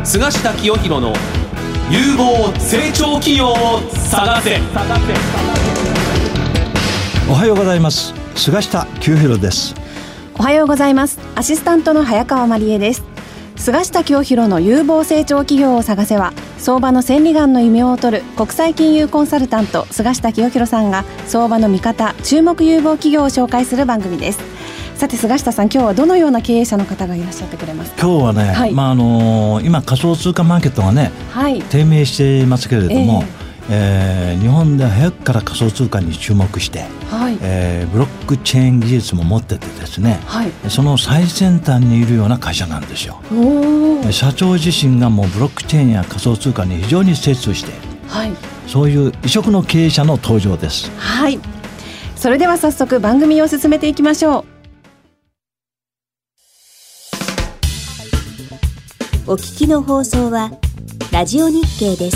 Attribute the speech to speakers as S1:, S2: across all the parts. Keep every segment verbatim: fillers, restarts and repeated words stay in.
S1: 菅下清弘の有望成長企業を探せ。
S2: おはようございます。菅下清弘です。
S3: おはようございます。アシスタントの早川真理恵です。菅下清弘の有望成長企業を探せは、相場の千里眼の異名を取る国際金融コンサルタント菅下清弘さんが相場の見方、注目有望企業を紹介する番組です。さて菅下さん、今日はどのような経営者の方がいらっしゃってくれますか？
S2: 今日はね、はいまああのー、今仮想通貨マーケットがね、はい、低迷していますけれども、えーえー、日本では早くから仮想通貨に注目して、はいえー、ブロックチェーン技術も持っててですね、はい、その最先端にいるような会社なんですよ。お社長自身がもうブロックチェーンや仮想通貨に非常に精通して、はい、そういう異色の経営者の登場です。
S3: はい、それでは早速番組を進めていきましょう。
S4: お聞きの放送はラジオ日経です。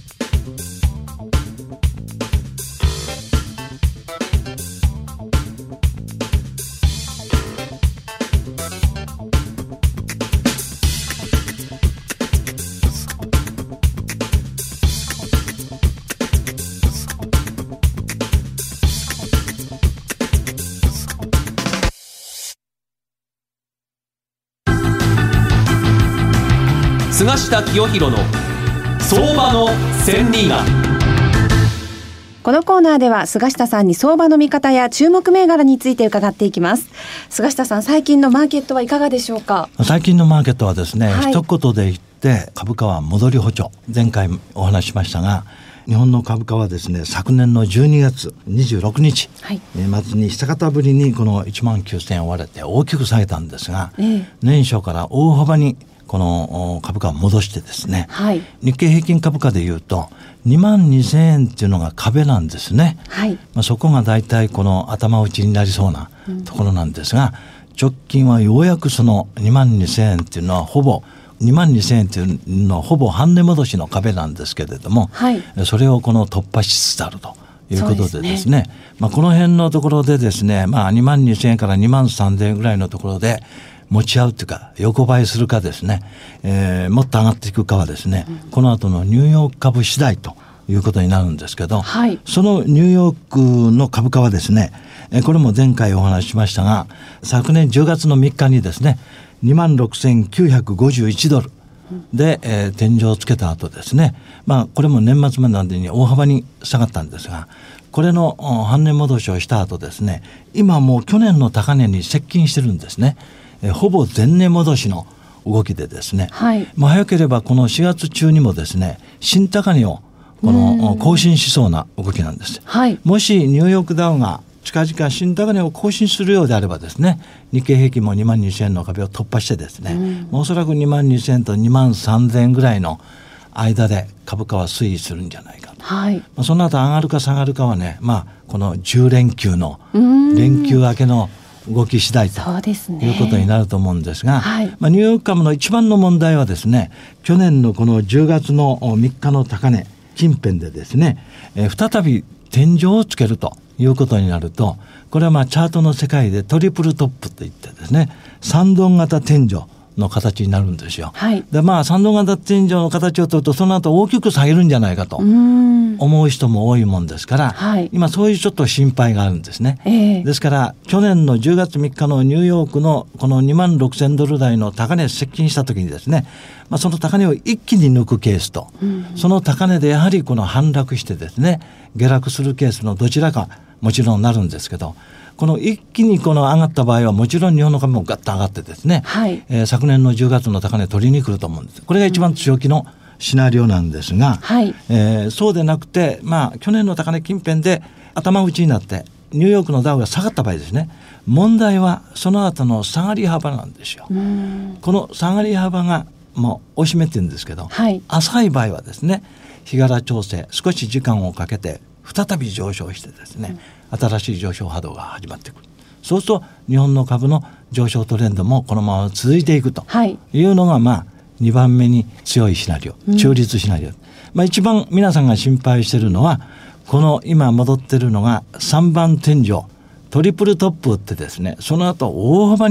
S1: 菅下清弘の相場の千里眼。
S3: このコーナーでは菅下さんに相場の見方や注目銘柄について伺っていきます。菅下さん、最近のマーケットはいかがでしょうか？
S2: 最近のマーケットはですね、はい、一言で言って株価は戻り歩調。前回お話ししましたが、日本の株価はですね、昨年のじゅうにがつにじゅうろくにち、はい、末に久方ぶりにこのいちまんきゅうせんえんを割れて大きく下げたんですが、えー、年初から大幅にこの株価を戻してですね、はい、日経平均株価でいうとにまんにせんえんっていうのが壁なんですね、はいまあ、そこがだいたいこの頭打ちになりそうなところなんですが、うん、直近はようやくそのにまんにせんえんっていうのはほぼにまんにせんえんっていうのはほぼ半値戻しの壁なんですけれども、はい、それをこの突破しつつあるということでですね、まあ、この辺のところでですね、まあ、にまんにせんえんからにまんさんぜんえんぐらいのところで持ち合うというか横ばいするかですね、えー、もっと上がっていくかはですね、うん、この後のニューヨーク株次第ということになるんですけど、はい、そのニューヨークの株価はですね、これも前回お話ししましたが、昨年じゅうがつのみっかにですね にまんろくせんきゅうひゃくごじゅういちドルで、えー、天井をつけた後ですね、まあ、これも年末までに大幅に下がったんですが、これの半値戻しをした後ですね、今もう去年の高値に接近してるんですね。えほぼ前値戻しの動きでですね、はいまあ、早ければこのしがつ中にもですね、新高値をこの更新しそうな動きなんです、はい、もしニューヨークダウが近々新高値を更新するようであればですね、日経平均もにまんにせんえんの壁を突破してですね、おそらくにまんにせんえんとにまんさんぜんえんぐらいの間で株価は推移するんじゃないかと、はいまあ、その後上がるか下がるかはね、まあ、このじゅうれんきゅうの連休明けの動き次第ということになると思うんですが、はいまあ、ニューヨーク株の一番の問題はですね、去年のこのじゅうがつのみっかの高値近辺でですね、えー、再び天井をつけるということになると、これはまあチャートの世界でトリプルトップといってですね、三段型天井の形になるんですよ、はい、でまあ三段型天井の形を取るとその後大きく下げるんじゃないかと思う人も多いもんですから、はい、今そういうちょっと心配があるんですね、えー、ですから去年のじゅうがつみっかのニューヨークのこのにまんろくせんドル台の高値接近した時にですね、まあ、その高値を一気に抜くケースと、その高値でやはりこの反落してですね下落するケースのどちらかもちろんなるんですけど、この一気にこの上がった場合はもちろん日本の株もガッと上がってですね、はいえー、昨年のじゅうがつの高値取りに来ると思うんです。これが一番強気のシナリオなんですが、はいえー、そうでなくて、まあ、去年の高値近辺で頭打ちになってニューヨークのダウが下がった場合ですね、問題はその後の下がり幅なんですよ。この下がり幅がもう押しめてるんですけど、はい、浅い場合はですね、日柄調整少し時間をかけて再び上昇してですね、うん、新しい上昇波動が始まってくる。そうすると日本の株の上昇トレンドもこのまま続いていくというのが、まあにばんめに強いシナリオ、中立シナリオ、うんまあ、一番皆さんが心配しているのはこの今戻っているのがさんばん天井トリプルトップってですね、その後大幅に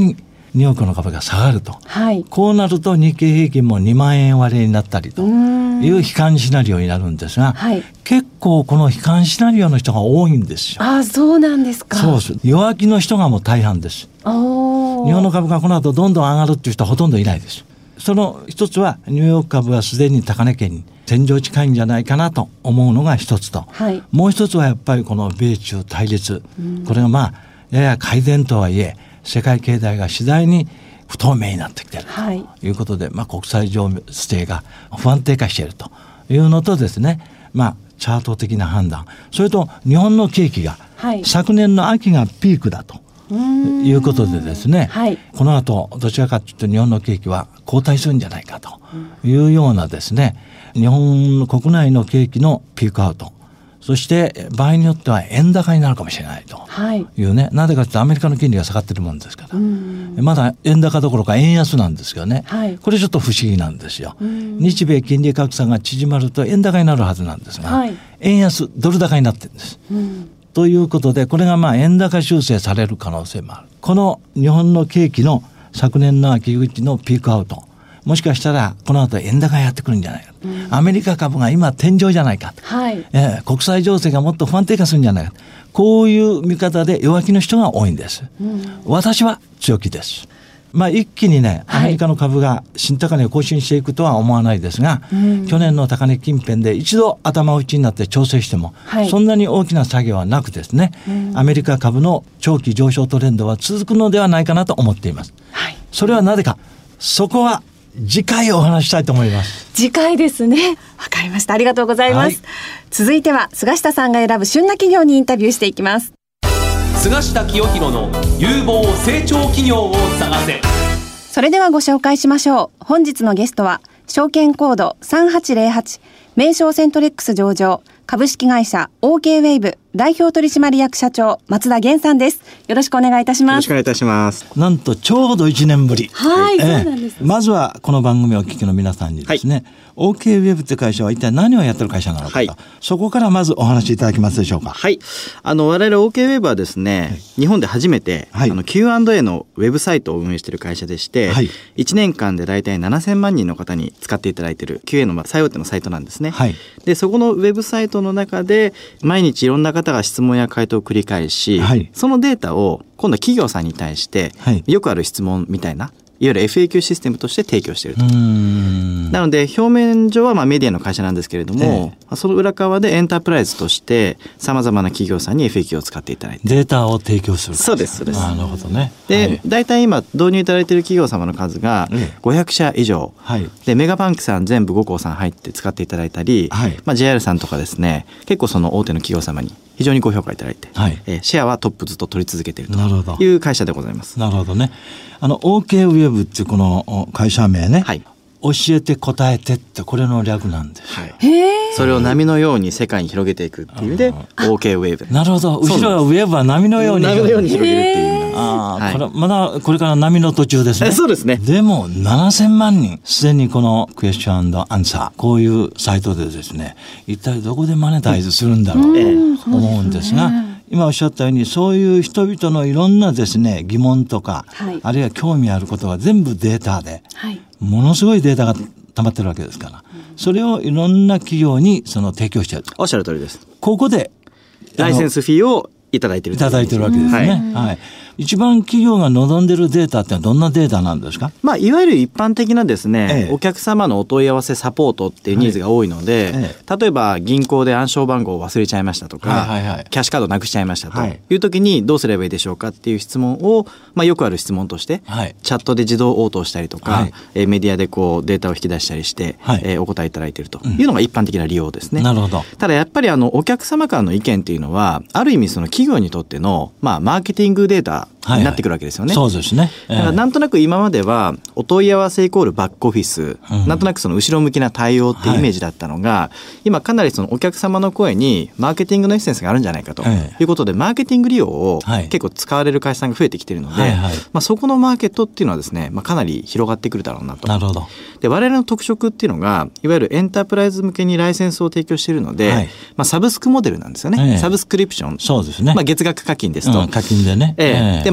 S2: ニューヨークの株が下がると、
S3: はい、
S2: こうなると日経平均もにまんえん割れになったりという悲観シナリオになるんですが、はい、結構この悲観シナリオの人が多いんですよ。
S3: あ、そうなんですか。
S2: そうです。弱気の人がもう大半です。お日本の株がこの後どんどん上がるっていう人はほとんどいないです。その一つはニューヨーク株はすでに高値圏に天井近いんじゃないかなと思うのが一つと、はい、もう一つはやっぱりこの米中対立、うん、これがまあやや改善とはいえ世界経済が次第に不透明になってきているということで、はい、まあ、国際情勢が不安定化しているというのとですね、まあ、チャート的な判断、それと日本の景気が、はい、昨年の秋がピークだということでですね、はい、この後どちらかというと日本の景気は後退するんじゃないかというようなですね、日本の国内の景気のピークアウト、そして場合によっては円高になるかもしれないというね、はい、なぜかというとアメリカの金利が下がってるもんですから、まだ円高どころか円安なんですよね、はい、これちょっと不思議なんですよ。日米金利格差が縮まると円高になるはずなんですが、はい、円安ドル高になってるんです、ということでこれがまあ円高修正される可能性もある。この日本の景気の昨年の秋口のピークアウト、もしかしたらこの後円高がやってくるんじゃないか、うん、アメリカ株が今天井じゃないか、はい、えー、国際情勢がもっと不安定化するんじゃないか、こういう見方で弱気の人が多いんです、うん、私は強気です。まあ、一気にねアメリカの株が新高値を更新していくとは思わないですが、はい、去年の高値近辺で一度頭打ちになって調整しても、はい、そんなに大きな作業はなくですね、アメリカ株の長期上昇トレンドは続くのではないかなと思っています、はい、それはなぜか、そこは次回お話したいと思います。
S3: 次回ですね。わかりました。ありがとうございます、はい、続いては菅下さんが選ぶ旬な企業にインタビューしていきます。
S1: 菅下清弘の有望成長企業を探せ。
S3: それではご紹介しましょう。本日のゲストは証券コードさんはちゼロはち名称セントレックス上場株式会社 オーケー ウェーブ代表取締役社長松田源さんです。よろしくお願いいたします。
S5: よろしくお願いいたします。
S2: なんとちょうどいちねんぶり、
S3: はい、えー、そうなんです。
S2: まずはこの番組をお聞きの皆さんにですね、はい、オーケー ウェーブという会社は一体何をやってる会社なのか、はい、そこからまずお話しいただけますでしょうか。
S5: はい、あの我々 オーケー ウェーブはですね、はい、日本で初めて、はい、あの キューアンドエー のウェブサイトを運営している会社でして、はい、いちねんかんでだいたいななせんまんにんの方に使っていただいている キューエー の最大手のサイトなんですね、はい、でそこのウェブサイトの中で毎日いろんな方が質問や回答を繰り返し、はい、そのデータを今度は企業さんに対して、はい、よくある質問みたいないわゆる エフエーキュー システムとして提供していると。なので表面上はまあメディアの会社なんですけれども、えー、その裏側でエンタープライズとしてさまざまな企業さんに エフエーキュー を使っていただいて
S2: データを提供する。
S5: そうですそうです。
S2: なるほどね。
S5: で、はい、大体今導入いただいている企業様の数がごひゃくしゃ以上、はい、でメガバンクさん全部ごこうさん入って使っていただいたり、はい、まあ、ジェイアール さんとかですね、結構その大手の企業様に非常にご評価いただいて、はい、えー、シェアはトップずっと取り続けているという会社でございます。
S2: なるほどね。あの オーケー ウェブっていうこの会社名ね、はい、教えて答えてってこれの略なんです、はい、
S5: へー、それを波のように世界に広げていくっていう意味で オーケー ウェブ。
S2: なるほど。後ろはウェブは波のように
S5: 波のように広げるっていう意味なんです。
S2: あ、はい、これまだこれから波の途中ですね。
S5: そうですね。
S2: でもななせんまんにんすでにこのクエスチョン&アンサーこういうサイトでですね、一体どこでマネタイズするんだろうと思うんですが、今おっしゃったようにそういう人々のいろんなですね疑問とか、はい、あるいは興味あることが全部データで、はい、ものすごいデータが溜まってるわけですから、うん、それをいろんな企業にその提供している。
S5: おっしゃる通りです。
S2: ここで
S5: ライセンスフィーをいただいている
S2: いただいているわけですね、はいはい、一番企業が望んでいるデータってのはどんなデータなんですか。
S5: まあ、いわゆる一般的なですね、ええ、お客様のお問い合わせサポートっていうニーズが多いので、はい、ええ、例えば銀行で暗証番号を忘れちゃいましたとか、はいはいはい、キャッシュカードなくしちゃいましたという時にどうすればいいでしょうかっていう質問を、まあ、よくある質問として、はい、チャットで自動応答したりとか、はい、えー、メディアでこうデータを引き出したりして、はい、えー、お答えいただいているというのが一般的な利用ですね、うん、なるほど。ただやっぱりあのお客様からの意見っていうのはある意味その企業にとっての、まあ、マーケティングデータになってくるわけですよね、
S2: はいはい、そうですね、
S5: えー、だからなんとなく今まではお問い合わせイコールバックオフィス、うん、なんとなくその後ろ向きな対応っていうイメージだったのが、はい、今かなりそのお客様の声にマーケティングのエッセンスがあるんじゃないかということで、マーケティング利用を結構使われる会社さんが増えてきているので、はいはい、まあ、そこのマーケットっていうのはですね、まあ、かなり広がってくるだろうなと。
S2: なるほど。
S5: で我々の特色っていうのがいわゆるエンタープライズ向けにライセンスを提供しているので、はい、まあ、サブスクモデルなんですよね、えー、サブスクリプション、
S2: そうですね、
S5: まあ、月額課金ですと、
S2: うん、課金でね、
S5: えー、で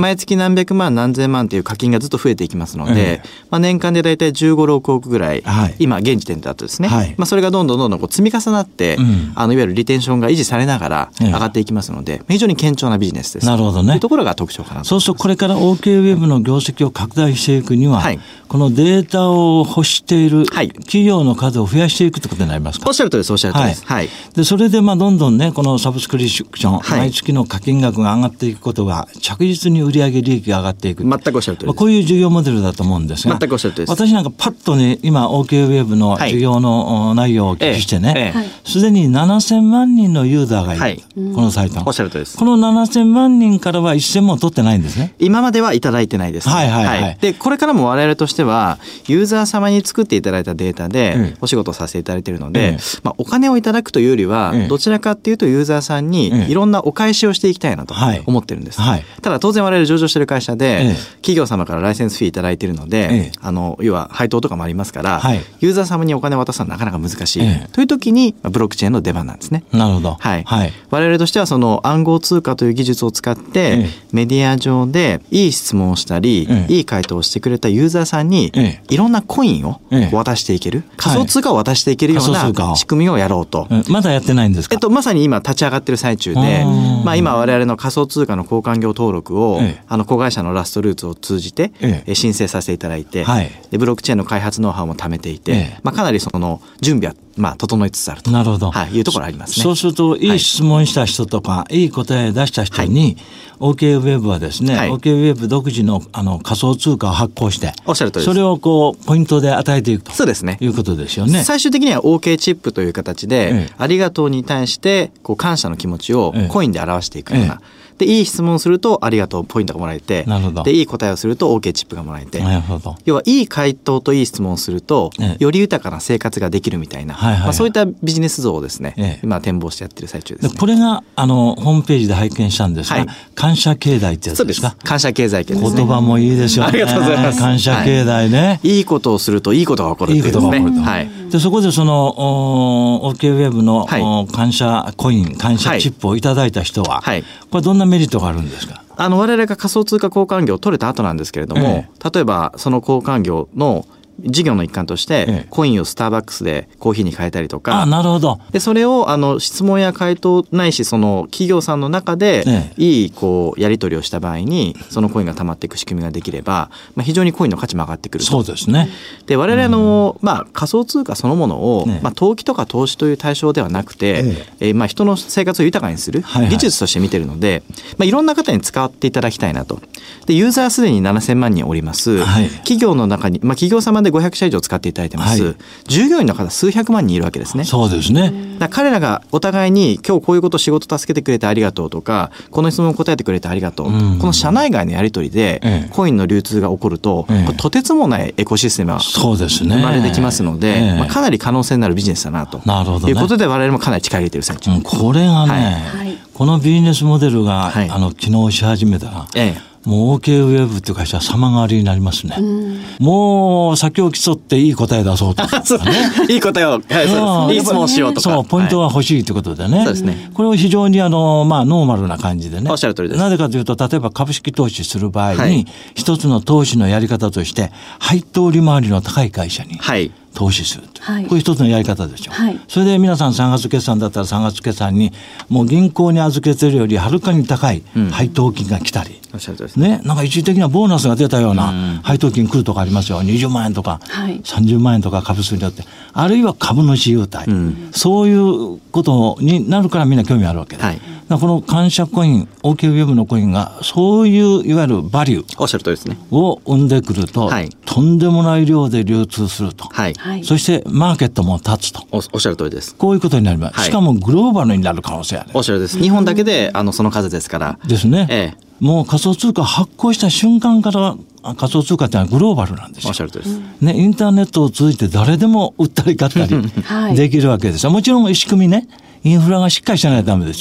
S5: 毎月何百万何千万という課金がずっと増えていきますので、ええまあ、年間でだいたいじゅうご、ろくおくぐらい、はい、今現時点だとですね、はいまあ、それがどんどんどんどんこう積み重なって、うん、あのいわゆるリテンションが維持されながら上がっていきますので、ええ、非常に堅調なビジネスです。
S2: なるほどね。
S5: というところが特徴かなと。
S2: そうするとこれから オーケー ウェブの業績を拡大していくには、はい、このデータを欲している企業の数を増やしていくということになりますか。
S5: おっしゃるとおりです。おっしゃるとおりです。
S2: はいはい、でそれでまあどんどんねこのサブスクリプション、はい、毎月の課金額が上がっていくことが着実に売上利益が上がっていく。
S5: 全くおっしゃるとおりです。まあ、
S2: こういう事業モデルだと思うんですが、
S5: 全くおっしゃるとおりです。
S2: 私なんかパッとね今 オーケー ウェブの事業の内容をお聞きしてね、すで、ええええ、にななせんまんにんのユーザーがいる、はい、このサイトの。
S5: おっしゃるとおりです。
S2: このななせんまんにんからは一銭も取ってないんですね。
S5: 今まではいただいてないです、ね。はいはいはい。はい、でこれからも我々としてはユーザー様に作っていただいたデータでお仕事をさせていただいているので、ええまあ、お金をいただくというよりは、ええ、どちらかっていうとユーザーさんにいろんなお返しをしていきたいなと思ってるんです。はいはい、ただ当然我々上場している会社で、ええ、企業様からライセンスフィーいただいているので、ええ、あの要は配当とかもありますから、はい、ユーザー様にお金を渡すのはなかなか難しい、ええ、という時にブロックチェーンの出番なんですね。
S2: なるほど。
S5: はいはい、我々としてはその暗号通貨という技術を使って、ええ、メディア上でいい質問をしたり、ええ、いい回答をしてくれたユーザーさんに、ええ、いろんなコインを渡していける、ええ、仮想通貨を渡していけるような仕組みをやろうと。
S2: はい、まだやってないんですか。
S5: えっと、まさに今立ち上がってる最中で、まあ、今我々の仮想通貨の交換業登録を、ええ、あの子会社のラストルーツを通じて、ええ、申請させていただいて、はい、でブロックチェーンの開発ノウハウも貯めていて、ええまあ、かなりその準備はまあ整いつつあると。
S2: なるほど、
S5: はい、いうところありますね。
S2: そうするといい質問した人とか、はい、いい答え出した人に、はい、オーケー ウェブはですね、はい、オーケー ウェブ独自の、あの仮想通貨を発行して、
S5: おっしゃる通りです。
S2: それをこうポイントで与えていくと。
S5: そうですね。
S2: いうことですよね。
S5: 最終的には OK チップという形で、ええ、ありがとうに対してこう感謝の気持ちをコインで表していくような、ええでいい質問をするとありがとうポイントがもらえて、なるほど。でいい答えをすると OK チップがもらえて、なるほど。要はいい回答といい質問をすると、ええ、より豊かな生活ができるみたいな、はいはいはいまあ、そういったビジネス像をですね、ええ、今展望してやってる最中ですね。
S2: でこれがあのホームページで拝見したんですが、はい、感謝経済ってやつですか。
S5: そうです。感謝経済系ですね。
S2: 言葉もいいですよね。
S5: ありがとうございます。
S2: 感謝経済ね、はい、
S5: いいことをするといいことが起こるっていうですね。いいことが起こると、はい、
S2: でそこでその オーケー ウェブの、はい、感謝コイン感謝チップをいただいた人は、はい、これどんなメリットがあるんですか。
S5: あの我々が仮想通貨交換業を取れた後なんですけれども、ええ、例えばその交換業の事業の一環として、ええ、コインをスターバックスでコーヒーに変えたりとか。
S2: あ、なるほど。
S5: でそれをあの質問や回答ないしその企業さんの中で、ええ、いいこうやり取りをした場合にそのコインが溜まっていく仕組みができれば、まあ、非常にコインの価値も上がってくると。
S2: そうですね。
S5: で我々の、まあ、仮想通貨そのものを、ねまあ、投機とか投資という対象ではなくて、えええーまあ、人の生活を豊かにする技術として見てるので、はいはいまあ、いろんな方に使っていただきたいなと。でユーザーすでにななせんまんにんおります、はい、企業の中に、まあ、企業様でごひゃくしゃ以上使っていただいてます、はい、従業員の方数百万人いるわけですね。
S2: そうですね。
S5: だ彼らがお互いに今日こういうこと仕事助けてくれてありがとうとかこの質問を答えてくれてありがとう、うん、この社内外のやり取りで、ええ、コインの流通が起こると、ええ、これとてつもないエコシステムが生まれてきますので、ええまあ、かなり可能性になるビジネスだなとなるほど、ね、いうことで我々もかなり力入れている最中、うん、
S2: これがね、はい、このビジネスモデルが、はい、あの機能し始めたら、ええもう オーケー ウェブっていう会社は様変わりになりますね。うんもう先を競っていい答え出そうと、ね、
S5: いい答えを、はい、そうですいい質問しようとか
S2: そうポイントが欲しいということでね、はい、そうですねこれを非常にあの、まあ、ノーマルな感じでね
S5: おっしゃる通りです。
S2: なぜかというと例えば株式投資する場合に、はい、一つの投資のやり方として配当利回りの高い会社に、はい投資するという、はい、こういう一つのやり方でしょ、はい、それで皆さんさんがつ決算だったらさんがつ決算にもう銀行に預けてるよりはるかに高い配当金が来たり、うんね、なんか一時的なボーナスが出たような配当金来るとかありますよ。にじゅうまんえんとか、はい、さんじゅうまんえんとか株数によってあるいは株主優待、うん、そういうことになるからみんな興味あるわけで、はい、この感謝コイン オーケー ウェブのコインがそういういわゆるバリュー
S5: おっしゃるとりですね
S2: を生んでくると、はい、とんでもない量で流通すると、はいそしてマーケットも立つと
S5: お, おっしゃる通りです。
S2: こういうことになります、はい、しかもグローバルになる可能性ある。
S5: おっしゃるです。日本だけであのその数ですから
S2: ですね、
S5: ええ、
S2: もう仮想通貨発行した瞬間から仮想通貨ってのはグローバルなんですよ。
S5: おっしゃるとりです、
S2: ね、インターネットを通じて誰でも売ったり買ったりできるわけですよ。もちろん仕組みねインフラがしっかりしないとダメですよ。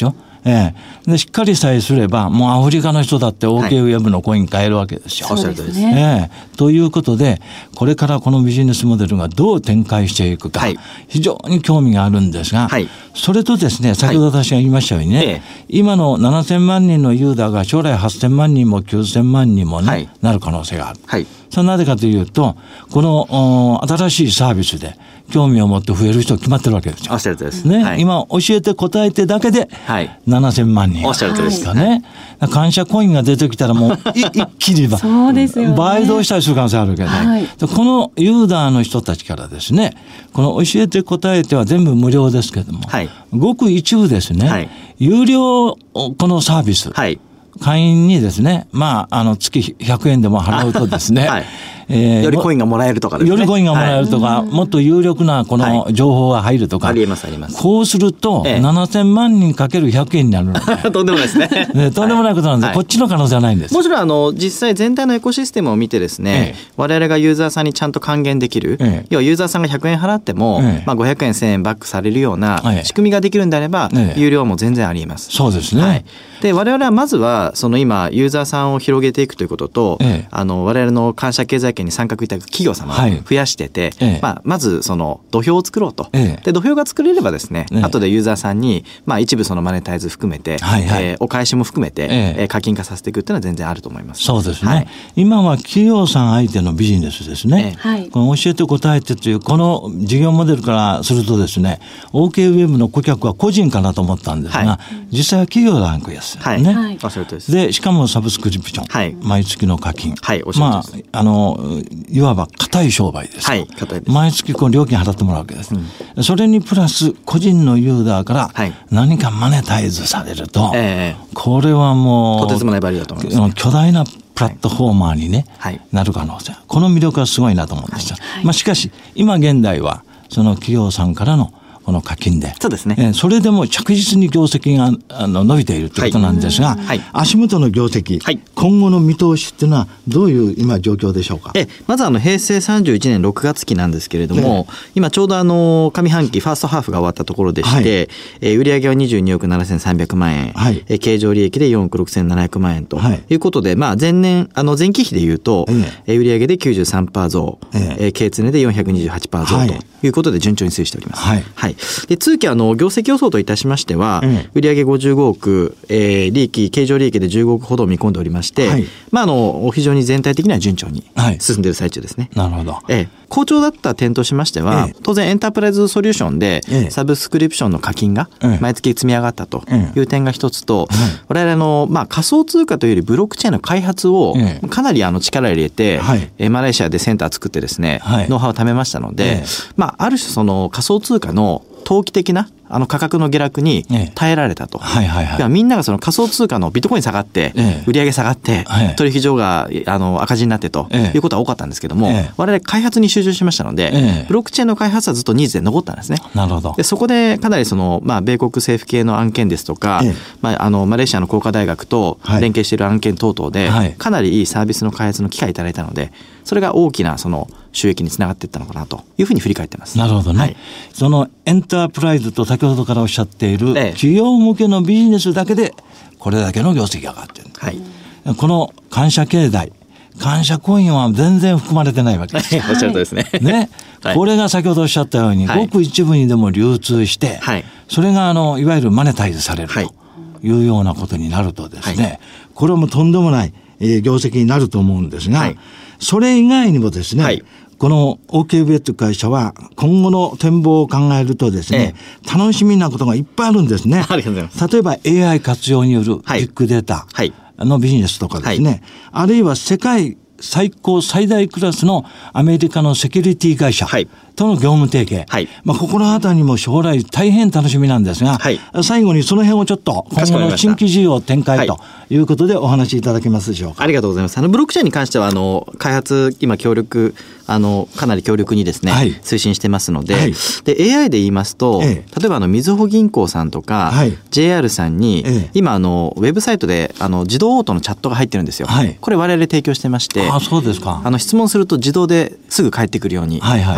S2: ええ、でしっかりさえすればもうアフリカの人だって オーケーウェブ のコイン買えるわけですよ。
S3: はい、そうですね、
S2: ええ、ということでこれからこのビジネスモデルがどう展開していくか、はい、非常に興味があるんですが、はい、それとですね先ほど私が言いましたようにね、はい、今のななせんまんにんのユーザーが将来はっせんまんにんもきゅうせんまんにんも、ね、はい、なる可能性がある、はい、それはなぜかというとこの新しいサービスで興味を持って増える人決まってるわけですよ。
S5: おっしゃるとおりです、
S2: ね、
S5: はい、
S2: 今教えて答えてだけでななせんまんにん、
S5: おっしゃるとおりです
S2: かね、はい、感謝コインが出てきたらもう一気に
S3: そうですよね、
S2: 倍増したりする可能性あるわけで、はい、でこのユーザーの人たちからですねこの教えて答えては全部無料ですけども、はい、ごく一部ですね、はい、有料このサービス、はい、会員にですね、まあ、あの月ひゃくえんでも払うとですね、はい、
S5: えー、よりコインがもらえるとかですね。
S2: よりコインがもらえるとか、はい、もっと有力なこの情報が入るとか、
S5: はい、ありえますあります。
S2: こうすると、ええ、ななせんまんにんかけるひゃくえんになるので
S5: とんでもないですね
S2: ね、とんでもないことなんで、はい、こっちの可能性はないんです。
S5: もちろんあの実際全体のエコシステムを見てですね、ええ、我々がユーザーさんにちゃんと還元できる、ええ、要はユーザーさんがひゃくえん払っても、ええ、まあ、ごひゃくえんせんえんバックされるような仕組みができるんであれば、ええ、有料も全然ありえます。
S2: そうですね、
S5: はい、で我々はまずはその今ユーザーさんを広げていくということと、ええ、あの我々の感謝経済圏に参画いただく企業様を増やしてて、はい、まあ、まずその土俵を作ろうと、ええ、で土俵が作れればですね、ええ、後でユーザーさんに、まあ、一部そのマネタイズ含めて、はいはい、えー、お返しも含めて、ええ、課金化させていくっていうのは全然あると思います。
S2: そうですね、はい、今は企業さん相手のビジネスですね、ええ、この教えて答えてというこの事業モデルからするとですね オーケーウェブ の顧客は個人かなと思ったんですが、はい、実際は企業ランクです、
S5: はい、
S2: ね、
S5: はい、
S2: でしかもサブスクリプション、はい、毎月の課金、
S5: はい、おっしゃるとおりです。
S2: まあ、あのいわば固い商売です、
S5: はい、固いです。
S2: 毎月こう料金払ってもらうわけです、うん、それにプラス個人のユーザーから何かマネタイズされると、はい、これはもう
S5: とてつもないバリューだと思います、ね、
S2: 巨大なプラットフォーマーに、ね、はい、なる可能性、この魅力はすごいなと思うんですよ、はい、まあ、しかし今現代はその企業さんからのこの課金で、
S5: そうですね、
S2: えー、それでも着実に業績があの伸びているということなんですが、はい、足元の業績、はい、今後の見通しっていうのはどういう今状況でしょうか。
S5: えまずあの平成さんじゅういちねんろくがつ期なんですけれども、えー、今ちょうどあの上半期ファーストハーフが終わったところでして、はい、えー、売上はにじゅうにおくななせんさんびゃくまんえん、はい、えー、経常利益でよんおくろくせんななひゃくまんえんということで、はい、まあ、前年あの前期比でいうと、えー、売上で きゅうじゅうさんパーセント 増、えー、経常で よんひゃくにじゅうはちパーセント 増、はい、ということで順調に推移しております。はいはい、で通期あの業績予想といたしましては、うん、売上ごじゅうごおく、えー、利益経常利益でじゅうごおくほど見込んでおりまして、はい、まあ、あの非常に全体的には順調に進んでいる最中ですね。
S2: はい、なるほど、
S5: えー、好調だった点としましては、えー、当然エンタープライズソリューションで、えー、サブスクリプションの課金が毎月積み上がったという点が一つと、えー、我々の、まあ、仮想通貨というよりブロックチェーンの開発をかなりあの力を入れて、はい、えー、マレーシアでセンター作ってですね、はい、ノウハウを貯めましたので、えー、まあ、ある種その仮想通貨の投機的なあの価格の下落に耐えられたと、ええ、はいはいはい、みんながその仮想通貨のビットコイン下がって、ええ、売上下がって、ええ、取引所があの赤字になってということは多かったんですけども、ええ、我々開発に集中しましたので、ええ、ブロックチェーンの開発はずっとニーズで残ったんですね。
S2: なるほど。
S5: でそこでかなりその、まあ、米国政府系の案件ですとか、ええ、まあ、あのマレーシアの工科大学と連携している案件等々で、はい、かなりいいサービスの開発の機会いただいたので、それが大きなその収益につながっていったのかなというふうに振り返ってます。
S2: なるほどね、はい、そのエンタープライズと先ほどからおっしゃっている企業向けのビジネスだけでこれだけの業績が上がっている、はい、この感謝経済、感謝コインは全然含まれてないわけです。
S5: おっしゃるとですね。
S2: ね、はい、これが先ほどおっしゃったように、はい、ごく一部にでも流通して、はい、それがあのいわゆるマネタイズされるというようなことになるとですね、はい、これもとんでもない業績になると思うんですが、はい、それ以外にもですね、はい、この オーケーウェブ という会社は今後の展望を考えるとですね、ええ、楽しみなことがいっぱいあるんですね。
S5: ありがとうございます。
S2: 例えば エーアイ 活用によるビッグデータのビジネスとかですね、はいはい、あるいは世界最高最大クラスのアメリカのセキュリティ会社との業務提携、はい、まあ、ここのあたりにも将来大変楽しみなんですが、はい、最後にその辺をちょっと今後の新規事業展開ということでお話しいただけますでしょうか。
S5: ありがとうございます。あのブロックチェーンに関してはあの開発今協力あのかなり強力にですね、はい、推進してますので、はい、で エーアイ で言いますと、ええ、例えばあのみずほ銀行さんとか、はい、ジェイアール さんに、ええ、今あのウェブサイトであの自動応答のチャットが入ってるんですよ、はい、これ我々提供してまして、
S2: あ、そうですか。
S5: あの質問すると自動ですぐ返ってくるように、はいはい、あのなってる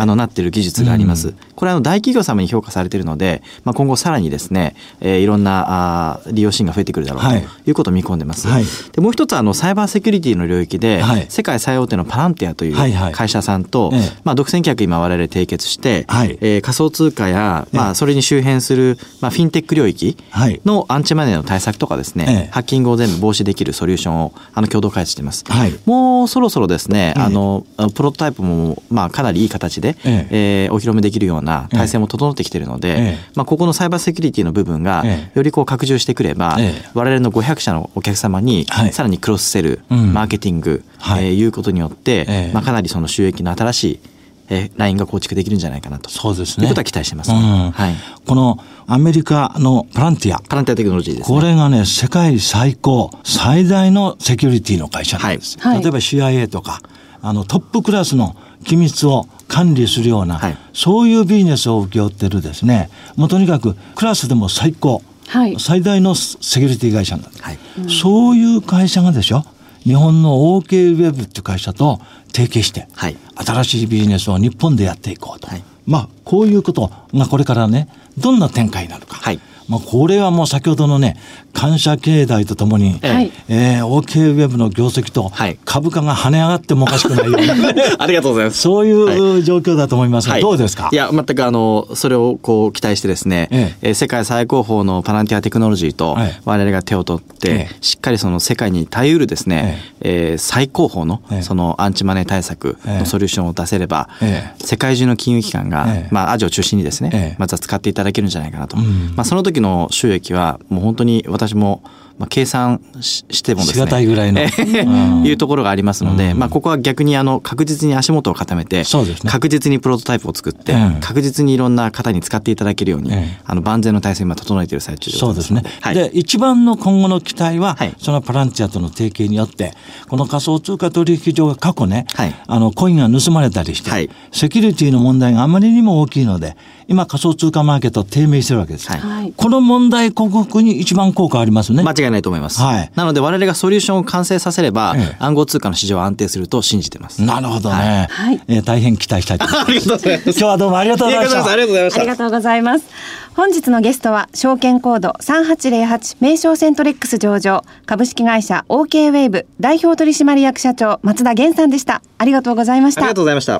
S5: る技術があります、うん、これはあの大企業様に評価されているので、まあ、今後さらにですね、えー、いろんなあ利用シーンが増えてくるだろうということを見込んでます、はい、でもう一つあのサイバーセキュリティの領域で、はい、世界最大手のパランティアという会社さんと、はいはいまあ、独占契約今我々締結して、はいえー、仮想通貨や、まあ、それに周辺する、まあ、フィンテック領域のアンチマネーの対策とかですね、はい、ハッキングを全部防止できるソリューションをあの共同開発しています、はい、もうそろそろですね、あのプロトタイプも、まあ、かなりいい形で、えええー、お披露目できるような体制も整ってきているので、ええまあ、ここのサイバーセキュリティの部分がよりこう拡充してくれば、ええ、我々のごひゃく社のお客様にさらにクロスセル、はい、マーケティング、うんえー、いうことによって、ええまあ、かなりその収益の新しいえラインが構築できるんじゃないかなと。そうですね。いうことは期待してます、ねうんはい。
S2: このアメリカのパランティア。
S5: パランティアテクノロジーですね。
S2: これがね、世界最高、最大のセキュリティの会社なんです。はい、例えば シーアイエー とか、あのトップクラスの機密を管理するような、はい、そういうビジネスを請け負ってるですね、もうとにかくクラスでも最高、はい、最大のセキュリティ会社なんです。はいうん、そういう会社がでしょ、日本の オーケー ウェブっていう会社と提携して、はい、新しいビジネスを日本でやっていこうと、はい、まあこういうことがこれからね、どんな展開になるか、はいまあ、これはもう先ほどのね、感謝経済とともに、はいえー、オーケー ウェブの業績と株価が跳ね上がってもおかしくないような、
S5: はい、ありがとうございます。
S2: そういう状況だと思いますが、はい、どうですか。
S5: いや全くあのそれをこう期待してですね、ええ、世界最高峰のパランティアテクノロジーと我々が手を取って、ええ、しっかりその世界に耐えうるですね、えええー、最高峰のそのアンチマネー対策のソリューションを出せれば、ええ、世界中の金融機関が、ええまあ、アジアを中心にですね、ええ、まずは使っていただけるんじゃないかなと、うんまあ、その時の収益はもう本当に私もまあ、計算 し, してもですね
S2: しがたいぐらいの
S5: いうところがありますので、うんまあ、ここは逆にあの確実に足元を固めて、そうですね、確実にプロトタイプを作って、うん、確実にいろんな方に使っていただけるように、うん、あの万全の体制を今整えている最中でございますので。
S2: そうですね、はい、で一番の今後の期待は、はい、そのパランティアとの提携によってこの仮想通貨取引所が過去ね、はい、あのコインが盗まれたりして、はい、セキュリティの問題があまりにも大きいので今仮想通貨マーケット低迷してるわけです、はい、この問題克服に一番効果ありますね。
S5: 間違いないと思います、はい、なので我々がソリューションを完成させれば、ええ、暗号通貨の市場は安定すると信じてます。
S2: なるほどね、はいえー、大変期待したいと思います。
S5: ありがとうございます。
S2: 今日はどうもありがとうございました。
S5: ありがとうございました。
S3: ありがとうございます。本日のゲストは証券コードさんはちゼロはち名称セントレックス上場株式会社 オーケー ウェーブ代表取締役社長松田源さんでした。ありがとうございました。
S5: ありがとうございました。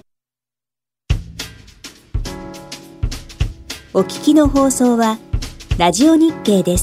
S4: お聞きの放送はラジオ日経です。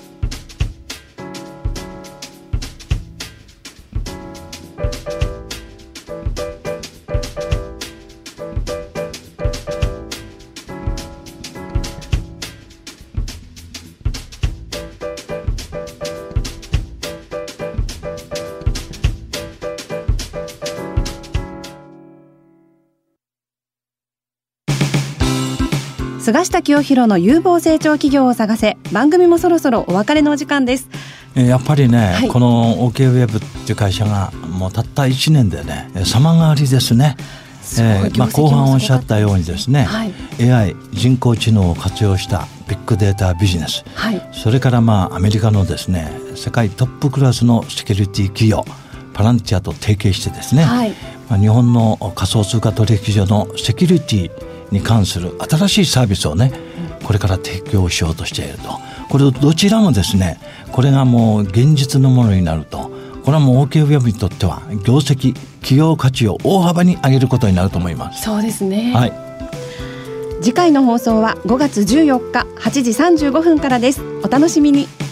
S3: 菅下清弘の有望成長企業を探せ。番組もそろそろお別れのお時間です。
S2: やっぱりね、はい、この オーケー ウェブっていう会社がもうたったいちねんでね様変わりですね。えーまあ、後半おっしゃったようにですね、はい、エーアイ 人工知能を活用したビッグデータビジネス、はい、それからまあアメリカのですね世界トップクラスのセキュリティ企業パランティアと提携してですね、はいまあ、日本の仮想通貨取引所のセキュリティに関する新しいサービスをねこれから提供しようとしていると。これどちらもですねこれがもう現実のものになるとこれはもう オーケー ウェブにとっては業績企業価値を大幅に上げることになると思います。
S3: そうですね、
S2: はい、
S3: 次回の放送はごがつじゅうよっかはちじさんじゅうごふんからです。お楽しみに。